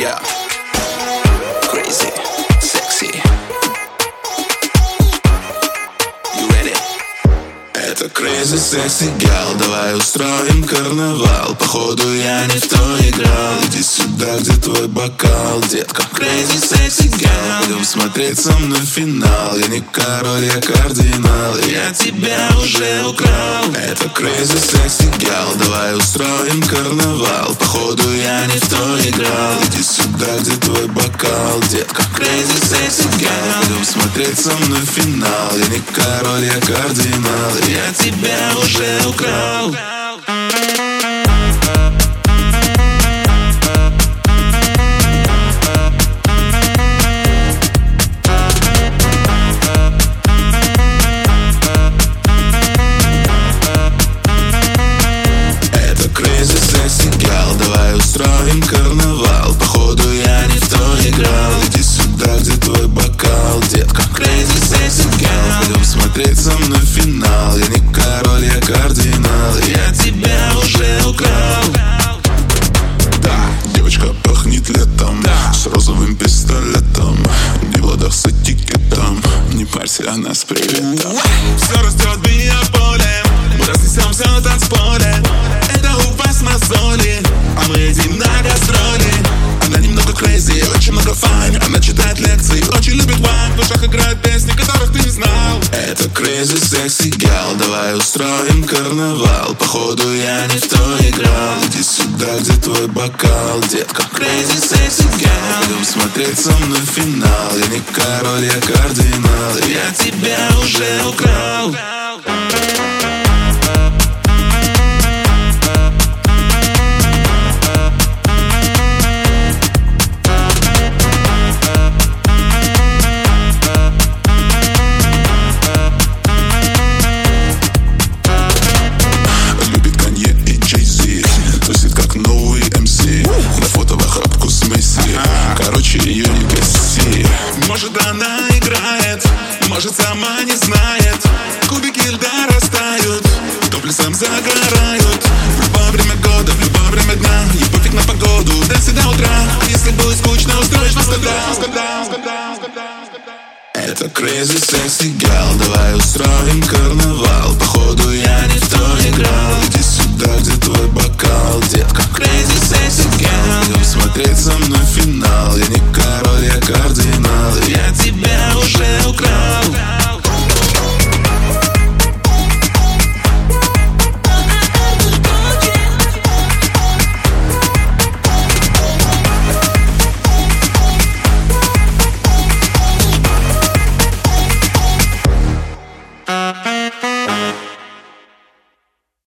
Yeah. Crazy, sexy. You ready? Это crazy, sexy girl. Давай устроим карнавал. Походу я не в то играл. Иди сюда, где твой бокал, детка. Crazy, sexy girl. Идем смотреть со мной финал. Я не король, я кардинал. Я тебя уже украл. Это crazy, sexy girl. Давай устроим карнавал. Походу я не в то играл. Иди сюда, где твой бокал, детка. Crazy, sexy girl. Идем смотреть со мной финал. Я не король, я кардинал. Я тебя уже украл. Это crazy, sexy girl. Давай устроим карнавал. Походу я не в то играл. Иди сюда, где твой бокал, детка. Crazy, sexy girl. Идем смотреть со мной финал. Я не король, я кардинал. Я тебя уже украл. Да, девочка пахнет летом, да. С розовым пистолетом, не в ладах с этикетом. Не парься, она с приветом. Все растет в биополе, мы разнесемся на танцполе. Это у вас мозоли, а мы едем на гастроли. Она немного crazy, очень много фан. Она читает лекции, очень любит вайн. В ушах играют песни, которых ты не знал. Это crazy, sexy girl. Давай устроим карнавал. Походу я не в то играл. Иди сюда, где твой бокал, детка. Crazy, sexy girl. Идем смотреть со мной финал. Я не король, я кардинал. Я тебя уже украл. Короче, ее не гаси. Может, она играет, может, сама не знает. Кубики льда растают, топлесом загорают. В любое время года, в любое время дня. Ей пофиг на погоду, дэнси до утра. Если будет скучно, устроишь на скандал. Это crazy, sexy girl. Давай устроим карнавал. Походу